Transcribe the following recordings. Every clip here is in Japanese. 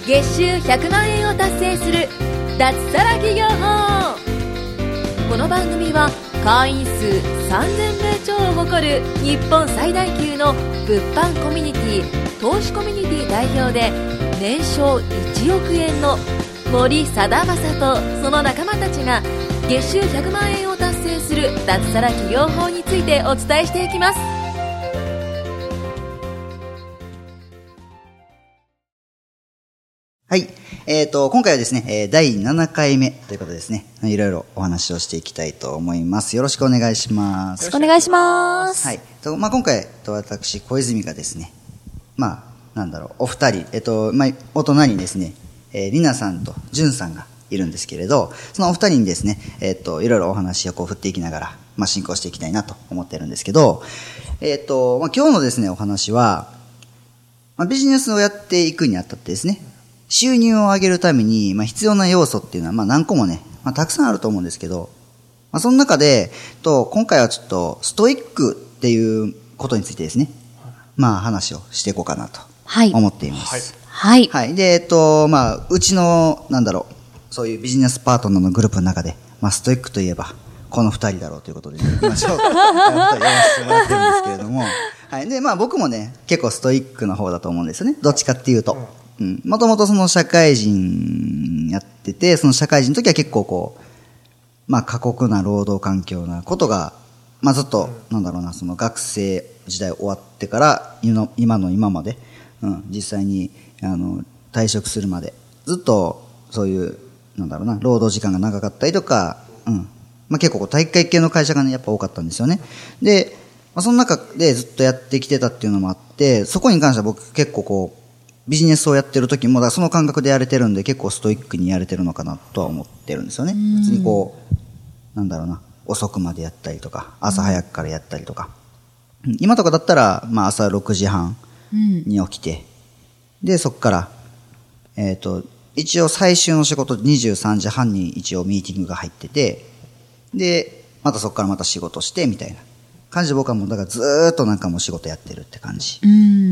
月収100万円を達成する脱サラ企業法。この番組は会員数3000名超を誇る日本最大級の物販コミュニティ投資コミュニティ代表で年商1億円の森貞正とその仲間たちが月収100万円を達成する脱サラ企業法についてお伝えしていきます。 はい。今回はですね、第7回目ということですね、いろいろお話をしていきたいと思います。よろしくお願いします。 よろしくお願いします。 はい。今回、私、小泉がですね、お二人、お隣にですね、りなさんとじゅんさんがいるんですけれど、そのお二人にですね、いろいろお話を振っていきながら、進行していきたいなと思ってるんですけど、今日のですね、お話は、ビジネスをやっていくにあたってですね、収入を上げるために、必要な要素っていうのは、何個もね、たくさんあると思うんですけど、その中で、今回はちょっと、ストイックっていうことについてですね、話をしていこうかなと思っています。 はい。 はい。で、うちの、そういうビジネスパートナーのグループの中で、ストイックといえば、この二人だろうということで、紹介やらせてもらってるんですけれども、はい。で、僕もね、結構ストイックの方だと思うんですよね。どっちかっていうと。もともとその社会人やってて、その社会人の時は結構過酷な労働環境なことが、ずっと、その学生時代終わってから、今の今まで、実際に、退職するまで、ずっと、そういう、労働時間が長かったりとか、結構体育会系の会社がね、やっぱ多かったんですよね。で、その中でずっとやってきてたっていうのもあって、そこに関しては僕結構ビジネスをやってる時も、その感覚でやれてるんで、結構ストイックにやれてるのかなとは思ってるんですよね。別に遅くまでやったりとか、朝早くからやったりとか。今とかだったら、朝6時半に起きて、で、そっから、一応最終の仕事23時半に一応ミーティングが入ってて、で、またそっからまた仕事して、みたいな感じで僕はもう、だからずーっともう仕事やってるって感じ。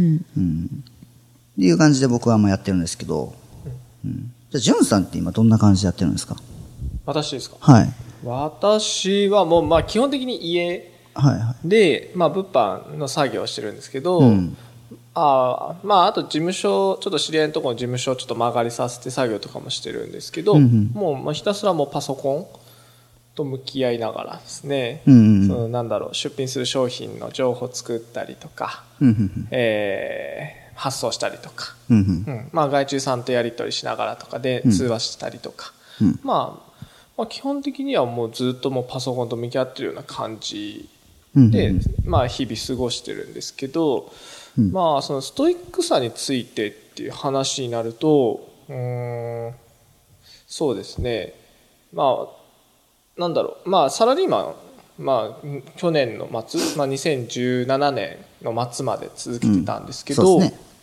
っていう感じで僕はやってるんですけど、じゃあ、ジュンさんって今どんな感じでやってるんですか？ 私ですか？ はい。 私はもう、基本的に家で、物販の作業をしてるんですけど、あと事務所、ちょっと知り合いのところの事務所をちょっと曲がりさせて作業とかもしてるんですけど、もうひたすらもうパソコンと向き合いながらですね、出品する商品の情報を作ったりとか、発送したりとか、外注さんとやり取りしながらとかで通話したりとか、基本的にはもうずっともうパソコンと向き合ってるような感じで、日々過ごしてるんですけど、そのストイックさについてっていう話になると、そうですね、サラリーマン、去年の末、2017年の末まで続けてたんですけど、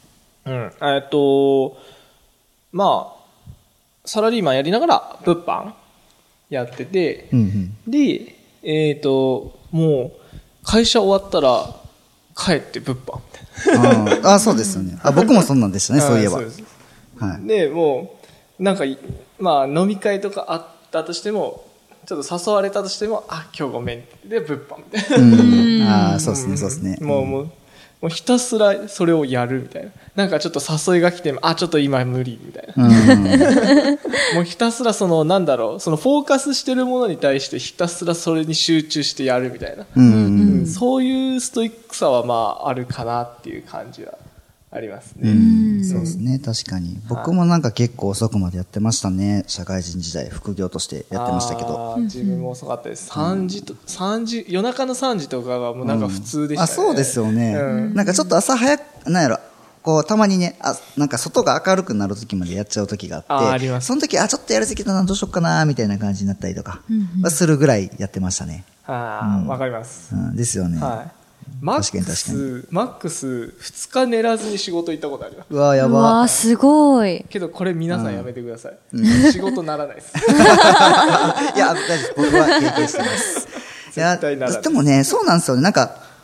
サラリーマンやりながら物販やってて、で、もう会社終わったら帰って物販みたいな。 そうですよね。僕もそんなんでしたね、そういえば。 で、もう、飲み会とかあったとしても、ちょっと誘われたとしても、今日ごめん。で、物販みたいな。 そうですね。 もうひたすらそれをやるみたいな。ちょっと誘いが来ても、ちょっと今無理みたいな。もうひたすらそのフォーカスしてるものに対してひたすらそれに集中してやるみたいな。そういうストイックさはあるかなっていう感じはありますね。 そうですね、確かに。僕も結構遅くまでやってましたね。社会人時代、副業としてやってましたけど。 自分も遅かったです。夜中の3時とかがもう普通でしたね。 そうですよね。ちょっと朝早く、たまにね、外が明るくなる時までやっちゃう時があって、その時、ちょっとやりすぎたな、どうしよっかな、みたいな感じになったりとか、するぐらいやってましたね。 わかります。 ですよね。 マックス2日寝らずに仕事行ったことあります。 うわ、やば。 すごい。 けどこれ皆さんやめてください。仕事ならないです。 いや、大丈夫。僕は経験してます。 絶対ならない。 でもね、そうなんですよね。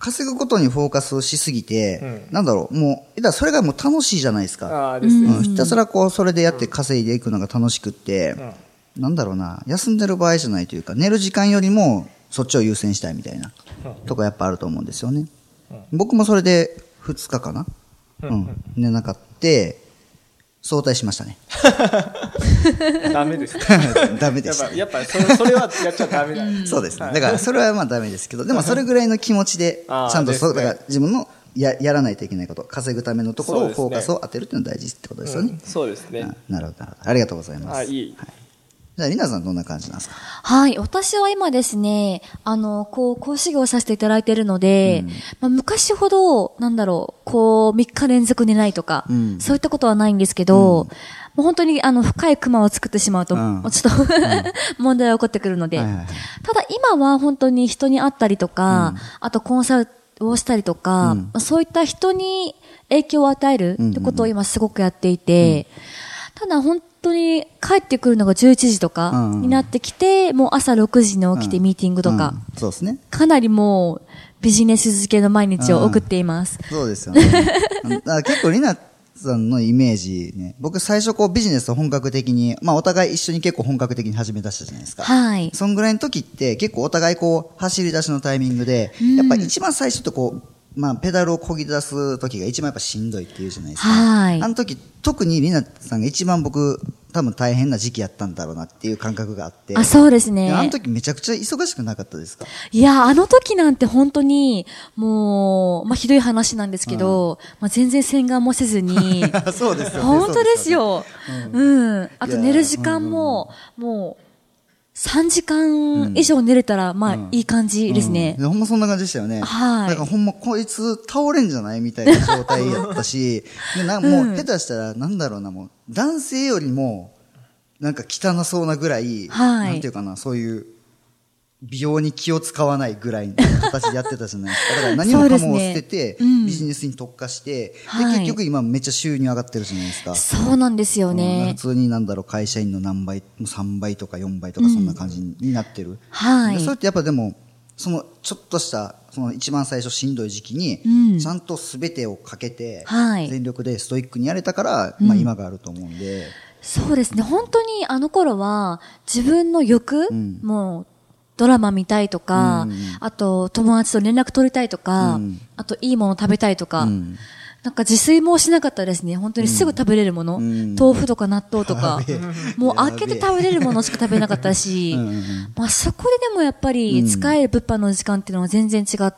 稼ぐことにフォーカスをしすぎて、なんだろう、もう、それがもう楽しいじゃないですか。 ですね。 ひたすらこう、それでやって稼いでいくのが楽しくって、なんだろうな、休んでる場合じゃないというか、寝る時間よりも、そっちを優先したいみたいな、とかやっぱあると思うんですよね。僕もそれで2日かな寝なかった。早退しましたね。 ダメですね。 ダメでした、 やっぱそれはやっちゃダメだ。 そうですね。だからそれはまあダメですけど、でもそれぐらいの気持ちで、ちゃんとだから自分のやらないといけないこと、稼ぐためのところをフォーカスを当てるっていうのが大事ってことですよね。 そうですね。 なるほど。ありがとうございます。 いい。 じゃあ、りなさんどんな感じなんですか？ はい。私は今ですね、講師業をさせていただいているので、昔ほど、3日連続寝ないとか、そういったことはないんですけど、もう本当に深いクマを作ってしまうと、ちょっと問題が起こってくるので、ただ今は本当に人に会ったりとか、あとコンサルをしたりとか、そういった人に影響を与えるってことを今すごくやっていて、ただ本当に帰ってくるのが11時とかになってきて、もう朝6時に起きてミーティングとか、 そうですね。 かなりもうビジネス付けの毎日を送っています。 そうですよね。だから結構りなさんのイメージね、僕最初ビジネスを本格的に、お互い一緒に結構本格的に始め出したじゃないですか。 はい。 そんぐらいの時って結構お互い走り出しのタイミングで、やっぱ一番最初ってペダルを漕ぎ出す時が一番やっぱしんどいっていうじゃないですか。 はい。 あの時、特にりなさんが一番多分大変な時期やったんだろうなっていう感覚があって。 そうですね。 あの時めちゃくちゃ忙しくなかったですか？ いや、あの時なんて本当に、もう、ひどい話なんですけど、全然洗顔もせずに。 そうですよね。 本当ですよ。あと寝る時間も、もう、3時間以上寝れたら、いい感じですね。 ほんまそんな感じでしたよね。 はい。 だからほんまこいつ倒れんじゃないみたいな状態やったし、もう下手したらもう男性よりも汚そうなぐらい、なんていうかな、そういう美容に気を使わないぐらいの形でやってたじゃないですか。だから何もかもを捨てて、ビジネスに特化して、で、結局今めっちゃ収入上がってるじゃないですか。 そうなんですよね。 普通に会社員の何倍、3倍とか4倍とかそんな感じになってる。 はい。 それってやっぱでも、ちょっとした、一番最初しんどい時期に、ちゃんと全てをかけて、全力でストイックにやれたから、今があると思うんで。 そうですね。本当にあの頃は、自分の欲、もう、ドラマ見たいとか、あと友達と連絡取りたいとか、あといいもの食べたいとか、自炊もしなかったですね。本当にすぐ食べれるもの、豆腐とか納豆とか、もう開けて食べれるものしか食べなかったし、そこででもやっぱり使える物販の時間っていうのは全然違って、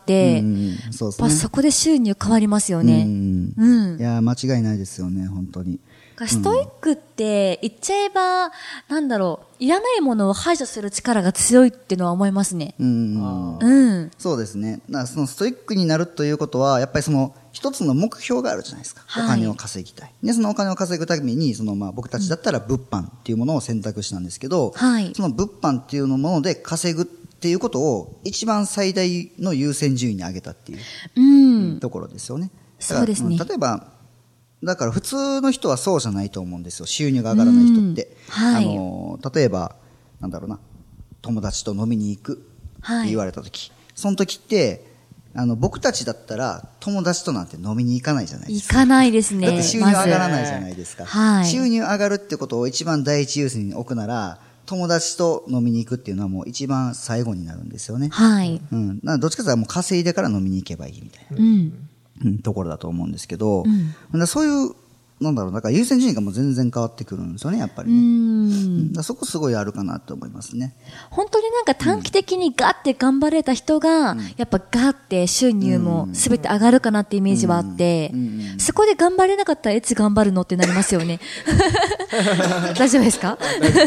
そこで収入変わりますよね。 いや、間違いないですよね、本当に。 ストイックって言っちゃえば、いらないものを排除する力が強いっていうのは思いますね。 そうですね。そのストイックになるということは、やっぱり一つの目標があるじゃないですか。お金を稼ぎたい。で、そのお金を稼ぐために、僕たちだったら物販っていうものを選択したんですけど、その物販っていうもので稼ぐっていうことを一番最大の優先順位に上げたっていうところですよね。 そうですね。 例えば、だから普通の人はそうじゃないと思うんですよ。収入が上がらない人って。例えば、友達と飲みに行くって言われたとき、その時って、僕たちだったら友達となんて飲みに行かないじゃないですか。 行かないですね。 だって収入上がらないじゃないですか。収入上がるってことを一番第一優先に置くなら、友達と飲みに行くっていうのはもう一番最後になるんですよね。どっちかというともう稼いでから飲みに行けばいいみたいな。ところだと思うんですけど、そういう、優先順位がもう全然変わってくるんですよね、やっぱりね。そこすごいあるかなと思いますね。 本当に短期的にガッて頑張れた人が、やっぱガッて収入も全て上がるかなってイメージはあって、そこで頑張れなかったらいつ頑張るのってなりますよね。大丈夫ですか？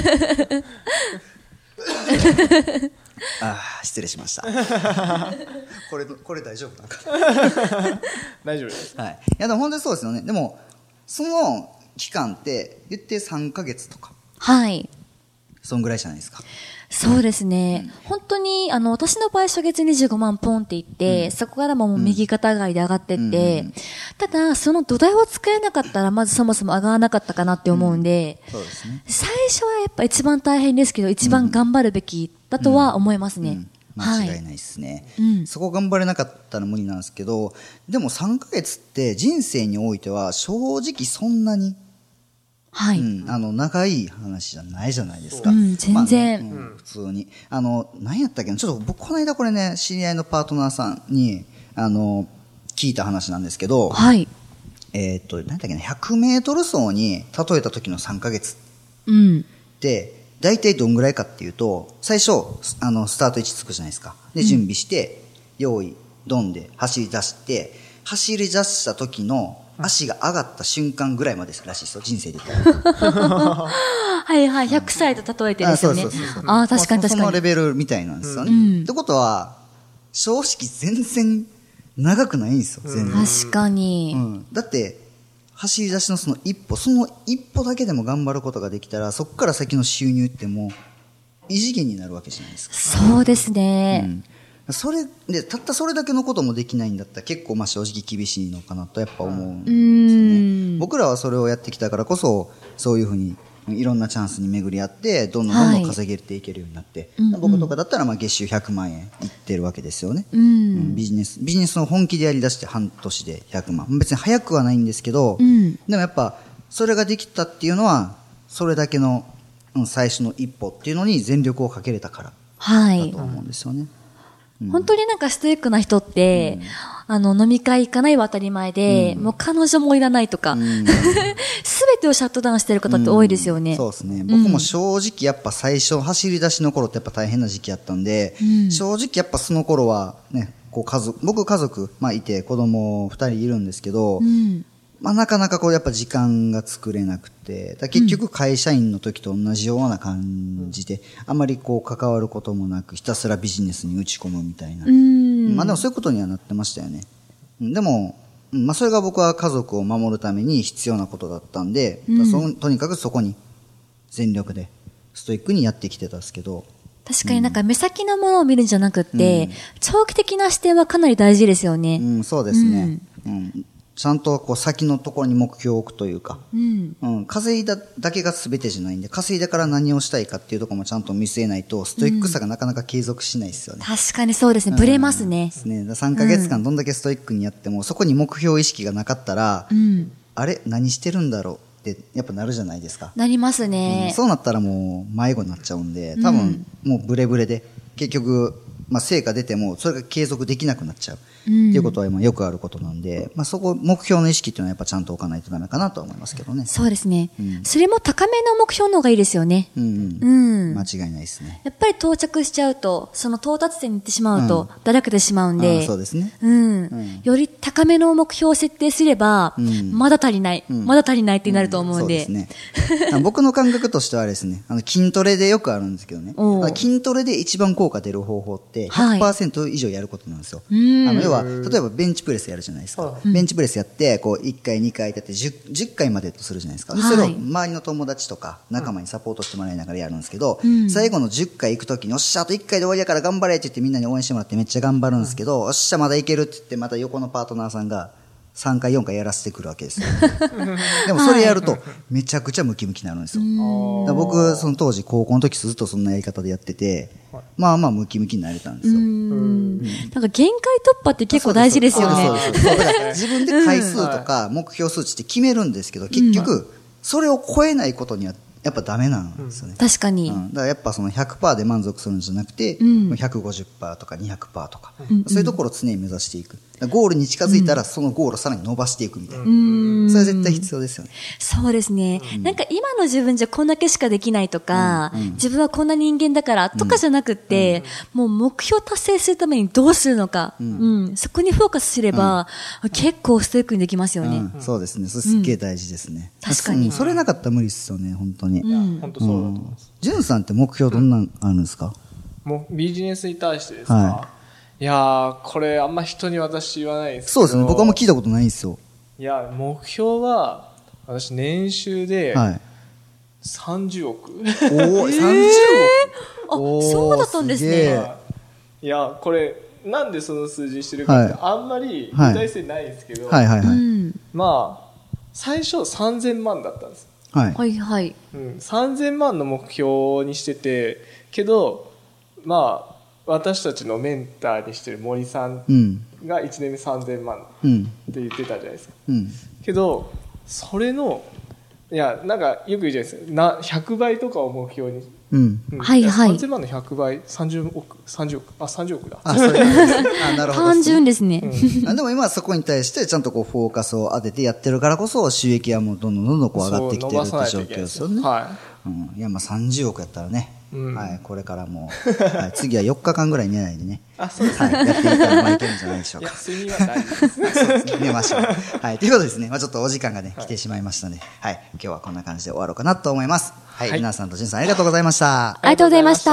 失礼しました。これ大丈夫なんか大丈夫です。 はい。いや、でも本当にそうですよね。でも、その期間って言って3ヶ月とか。 はい。 そんぐらいじゃないですか。 そうですね。本当に、私の場合、初月25万ポンって言って、そこからも右肩上がりで上がってって、ただ、その土台を作れなかったら、まずそもそも上がらなかったかなって思うんで、 そうですね。 最初はやっぱ一番大変ですけど、一番頑張るべきだとは思いますね。 間違いないですね、そこ頑張れなかったら無理なんですけど、でも3ヶ月って人生においては正直そんなに、長い話じゃないじゃないですか。 全然、 普通に。何やったっけな、ちょっと僕この間これね、知り合いのパートナーさんに、聞いた話なんですけど、何やったっけな、100メートル走に例えた時の3ヶ月って、大体どんぐらいかっていうと、最初、スタート位置つくじゃないですか。で、準備して、用意、ドンで走り出して、走り出した時の足が上がった瞬間ぐらいまでらしいですよ、人生で言ったら。 はいはい、100歳と例えてですよね。ああ、確かに確かに。 そのレベルみたいなんですよね。ってことは、正直全然長くないんですよ、全然。 確かに。 だって、走り出しのその一歩だけでも頑張ることができたら、そこから先の収入ってもう異次元になるわけじゃないですか。 そうですね。 それでたったそれだけのこともできないんだったら結構正直厳しいのかなとやっぱ思うんですよね。僕らはそれをやってきたからこそ、そういうふうにいろんなチャンスに巡り合ってどんどん稼げていけるようになって、僕とかだったら月収100万円いってるわけですよね。ビジネスの本気でやり出して半年で100万、別に早くはないんですけど、でもやっぱそれができたっていうのはそれだけの最初の一歩っていうのに全力をかけれたからだと思うんですよね。 本当になんかストイックな人って、飲み会行かないは当たり前で、もう彼女もいらないとか、すべてをシャットダウンしてる方って多いですよね。 そうですね。僕も正直やっぱ最初走り出しの頃ってやっぱ大変な時期やったんで、正直やっぱその頃はね、僕家族、いて子供2人いるんですけど、なかなかやっぱ時間が作れなくて、結局会社員の時と同じような感じで、あまり関わることもなくひたすらビジネスに打ち込むみたいな。でもそういうことにはなってましたよね。でも、それが僕は家族を守るために必要なことだったんで、とにかくそこに全力でストイックにやってきてたんですけど。 確かになんか目先のものを見るんじゃなくって、長期的な視点はかなり大事ですよね。 そうですね。ちゃんと先のところに目標を置くというか、稼いだだけが全てじゃないんで、稼いだから何をしたいかっていうところもちゃんと見据えないと、ストイックさがなかなか継続しないですよね。 確かにそうですね。ブレますね。 3ヶ月間どんだけストイックにやっても、そこに目標意識がなかったら、あれ何してるんだろうってやっぱなるじゃないですか。 なりますね。 そうなったらもう迷子になっちゃうんで、多分もうブレブレで、結局、成果出てもそれが継続できなくなっちゃうっていうことは今よくあることなんで、そこ目標の意識っていうのはやっぱちゃんと置かないとダメかなと思いますけどね。 そうですね。それも高めの目標の方がいいですよね。 間違いないですね。 やっぱり到着しちゃうと、その到達点に行ってしまうとだらけてしまうんで、 そうですね。 より高めの目標を設定すれば、まだ足りない、まだ足りないってなると思うんで。 そうですね。僕の感覚としてはですね、筋トレでよくあるんですけどね、筋トレで一番効果出る方法って 100% 以上やることなんですよ。要は例えばベンチプレスやるじゃないですか。ベンチプレスやって1回2回やって 10回までとするじゃないですか。それを周りの友達とか仲間にサポートしてもらいながらやるんですけど、最後の10回行くときに、おっしゃあと1回で終わりやから頑張れって言ってみんなに応援してもらってめっちゃ頑張るんですけど、おっしゃまだいけるって言ってまた横のパートナーさんが3回4回やらせてくるわけですよ。でもそれやるとめちゃくちゃムキムキになるんですよ。だから僕その当時高校の時ずっとそんなやり方でやってて、ムキムキになれたんですよ。 なんか限界突破って結構大事ですよね。 だから自分で回数とか目標数値って決めるんですけど、結局それを超えないことにはやっぱダメなんですよね。 確かに。 だからやっぱその 100% で満足するんじゃなくて、150% とか 200% とか、そういうところを常に目指していく。ゴールに近づいたらそのゴールをさらに伸ばしていくみたいな。それは絶対必要ですよね。 そうですね。なんか今の自分じゃこんだけしかできないとか、自分はこんな人間だからとかじゃなくって、もう目標達成するためにどうするのか、そこにフォーカスすれば、結構ストイックにできますよね。 そうですね。それすっげえ大事ですね。 確かに。 それなかったら無理ですよね、本当に。 本当そうだと思います。 ジュンさんって目標どんなんあるんですか？ もうビジネスに対してですか？いやー、これあんま人に私言わないですけど。 そうですね。僕はあんま聞いたことないんですよ。 いや、目標は、私年収で、30億。 30億そうだったんですね。 いや、これ、なんでその数字にしてるかって、あんまり具体性ないんですけど、最初3000万だったんです。3000万の目標にしてて、けど、 私たちのメンターにしてる森さんが1年目3000万って言ってたじゃないですか、けどそれのいやなんかよく言うじゃないですか100倍とかを目標に、 はいはい 3000万の100倍30億だなるほど単純ですね、 でも今はそこに対してちゃんとこうフォーカスを当ててやってるからこそ収益はもうどんどんこう上がってきてるって状況ですよね。いやまあ30億やったらね、はい、これからもう、はい、次は4日間ぐらい寝ないでねそうですね、 はい、やっていったらまあいけるんじゃないでしょうか。 いや睡眠は大事ですそうですね、寝ましょう。はい、ということですね、まあちょっとお時間がね、来てしまいましたので、はい、今日はこんな感じで終わろうかなと思います。はい、皆さんとじゅんさんありがとうございました。 ありがとうございました。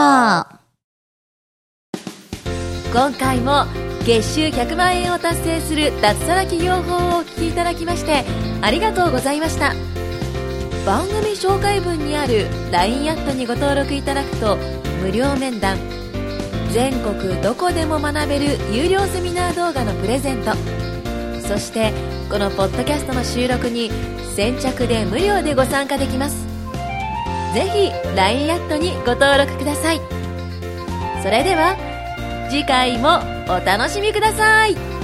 今回も月収100万円を達成する脱サラ企業法をお聞きいただきましてありがとうございました。番組紹介文にある LINE アットにご登録いただくと無料面談、全国どこでも学べる有料セミナー動画のプレゼント、そしてこのポッドキャストの収録に先着で無料でご参加できます。ぜひ LINE アットにご登録ください。それでは次回もお楽しみください。